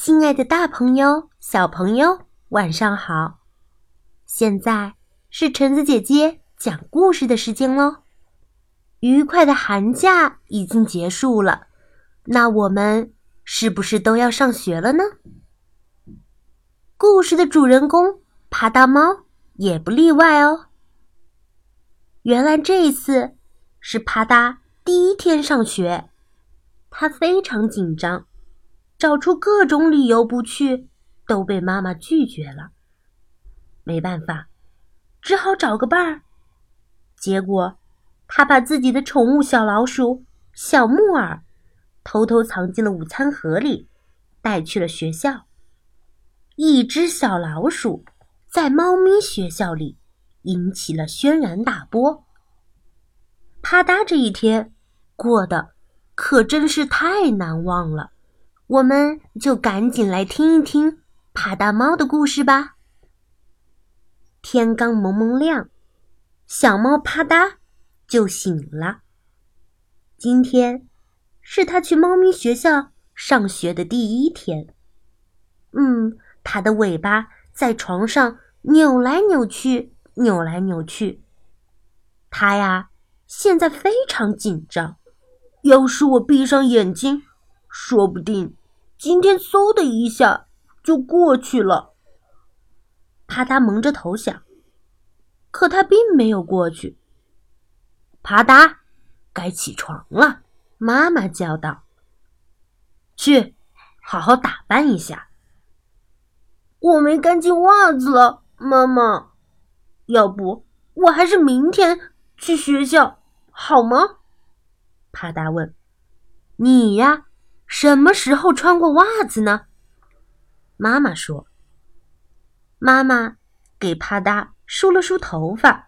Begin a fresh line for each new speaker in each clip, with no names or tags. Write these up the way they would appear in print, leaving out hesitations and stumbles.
亲爱的大朋友、小朋友，晚上好！现在是橙子姐姐讲故事的时间咯。愉快的寒假已经结束了，那我们是不是都要上学了呢？故事的主人公爬大猫也不例外哦。原来这一次是爬达第一天上学，他非常紧张，找出各种理由不去，都被妈妈拒绝了。没办法，只好找个伴儿。结果他把自己的宠物小老鼠小木耳偷偷藏进了午餐盒里，带去了学校。一只小老鼠在猫咪学校里引起了轩然大波。啪嗒这一天过得可真是太难忘了，我们就赶紧来听一听啪嗒猫的故事吧。天刚蒙蒙亮，小猫啪嗒就醒了。今天是它去猫咪学校上学的第一天。它的尾巴在床上扭来扭去，扭来扭去。它呀，现在非常紧张。要是我闭上眼睛，说不定今天嗖的一下就过去了。啪嗒蒙着头想，可他并没有过去。啪嗒，该起床了，妈妈叫道。去，好好打扮一下。我没干净袜子了，妈妈。要不我还是明天去学校，好吗？啪嗒问。你呀，什么时候穿过袜子呢？妈妈说。妈妈给啪嗒梳了梳头发。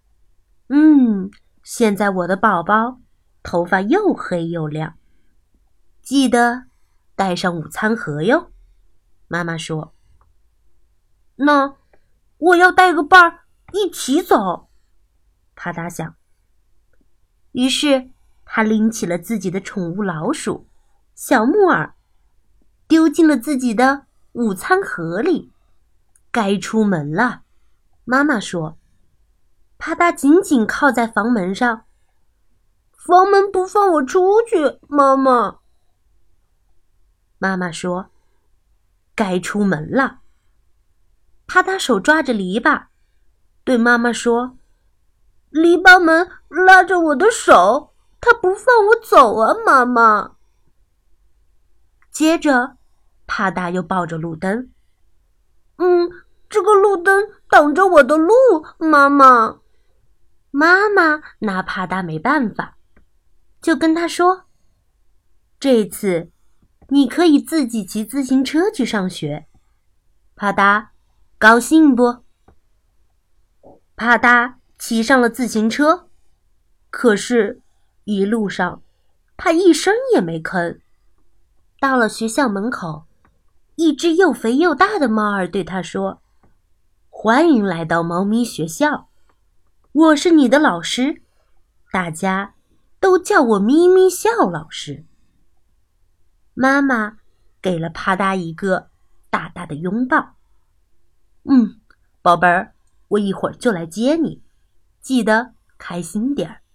现在我的宝宝头发又黑又亮。记得带上午餐盒哟，妈妈说。那我要带个伴儿一起走，啪嗒想。于是他拎起了自己的宠物老鼠小木耳，丢进了自己的午餐盒里。该出门了，妈妈说。啪嗒紧紧靠在房门上。房门不放我出去，妈妈。妈妈说。该出门了。啪嗒手抓着篱笆，对妈妈说。篱笆门拉着我的手，它不放我走啊，妈妈。接着啪嗒又抱着路灯。这个路灯挡着我的路，妈妈。妈妈拿啪嗒没办法，就跟他说，这次你可以自己骑自行车去上学。啪嗒，高兴不？啪嗒骑上了自行车，可是一路上他一声也没吭。到了学校门口，一只又肥又大的猫儿对他说，欢迎来到猫咪学校，我是你的老师，大家都叫我咪咪笑老师。妈妈给了啪嗒一个大大的拥抱。宝贝儿，我一会儿就来接你，记得开心点儿。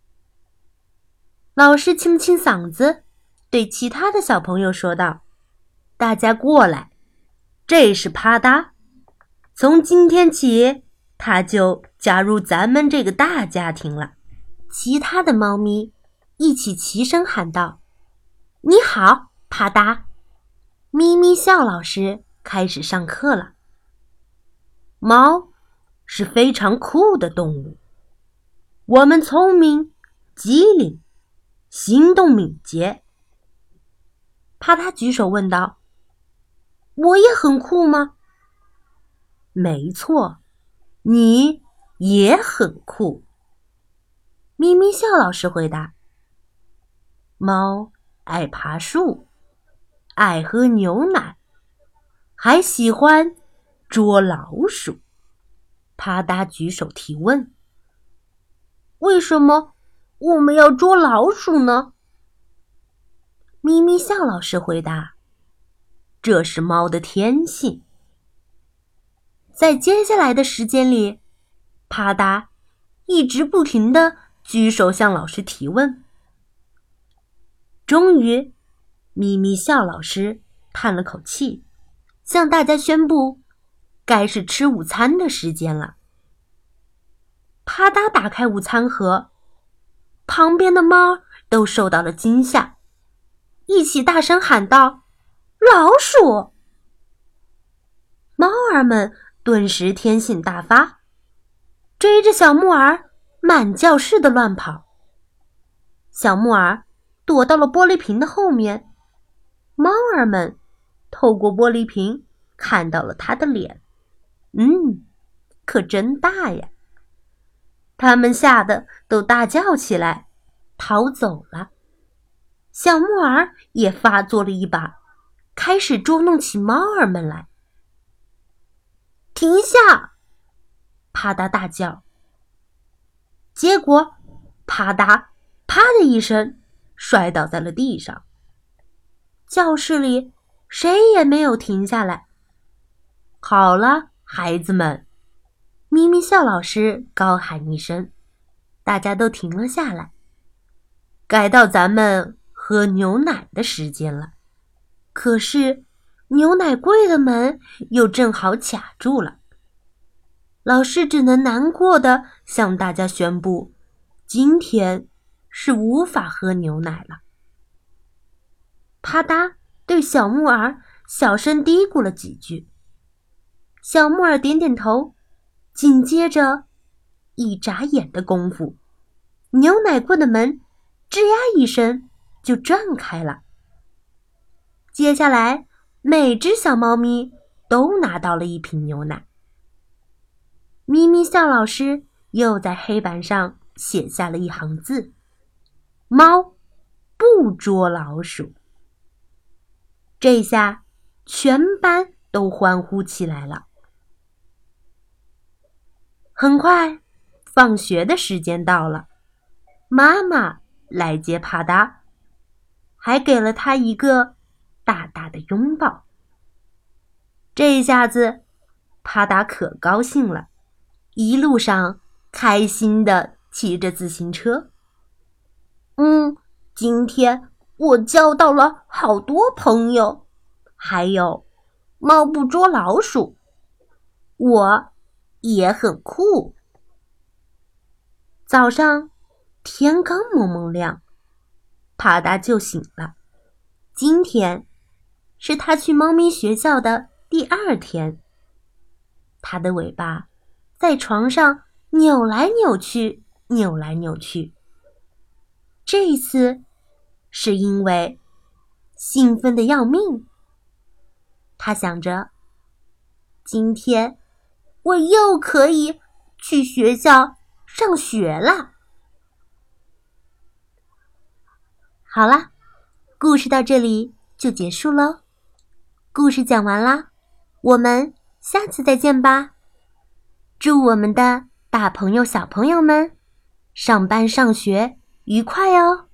老师清了清嗓子，对其他的小朋友说道，大家过来，这是啪嗒，从今天起他就加入咱们这个大家庭了。其他的猫咪一起齐声喊道，你好，啪嗒。咪咪笑老师开始上课了。猫是非常酷的动物，我们聪明、机灵、行动敏捷。啪嗒举手问道，我也很酷吗？没错，你也很酷。咪咪笑老师回答。猫爱爬树，爱喝牛奶，还喜欢捉老鼠。啪嗒举手提问，为什么我们要捉老鼠呢？咪咪笑老师回答， 这是猫的天性。在接下来的时间里，啪嗒一直不停地举手向老师提问。终于，咪咪笑老师叹了口气，向大家宣布该是吃午餐的时间了。啪嗒打开午餐盒，旁边的猫都受到了惊吓，一起大声喊道：老鼠！猫儿们顿时天性大发，追着小木儿满教室的乱跑。小木儿躲到了玻璃瓶的后面，猫儿们透过玻璃瓶看到了它的脸，可真大呀！它们吓得都大叫起来，逃走了。小木儿也发作了一把，开始捉弄起猫儿们来。停下！啪嗒大叫。结果啪嗒啪的一声摔倒在了地上。教室里谁也没有停下来。好了，孩子们，咪咪笑老师高喊一声，大家都停了下来。该到咱们喝牛奶的时间了。可是牛奶柜的门又正好卡住了。老师只能难过地向大家宣布，今天是无法喝牛奶了。啪嗒对小木儿小声嘀咕了几句。小木儿点点头，紧接着一眨眼的功夫，牛奶柜的门吱呀一声就转开了。接下来每只小猫咪都拿到了一瓶牛奶。咪咪笑老师又在黑板上写下了一行字：猫不捉老鼠。这下全班都欢呼起来了。很快，放学的时间到了，妈妈来接啪嗒，还给了他一个大大的拥抱。这下子，啪嗒可高兴了，一路上开心地骑着自行车。今天我交到了好多朋友，还有猫不捉老鼠，我也很酷。早上天刚蒙蒙亮，啪嗒就醒了。今天是他去猫咪学校的第2天。他的尾巴在床上扭来扭去，扭来扭去。这一次是因为兴奋得要命。他想着，今天我又可以去学校上学了。好啦，故事到这里就结束喽。故事讲完啦，我们下次再见吧。祝我们的大朋友小朋友们上班上学愉快哦。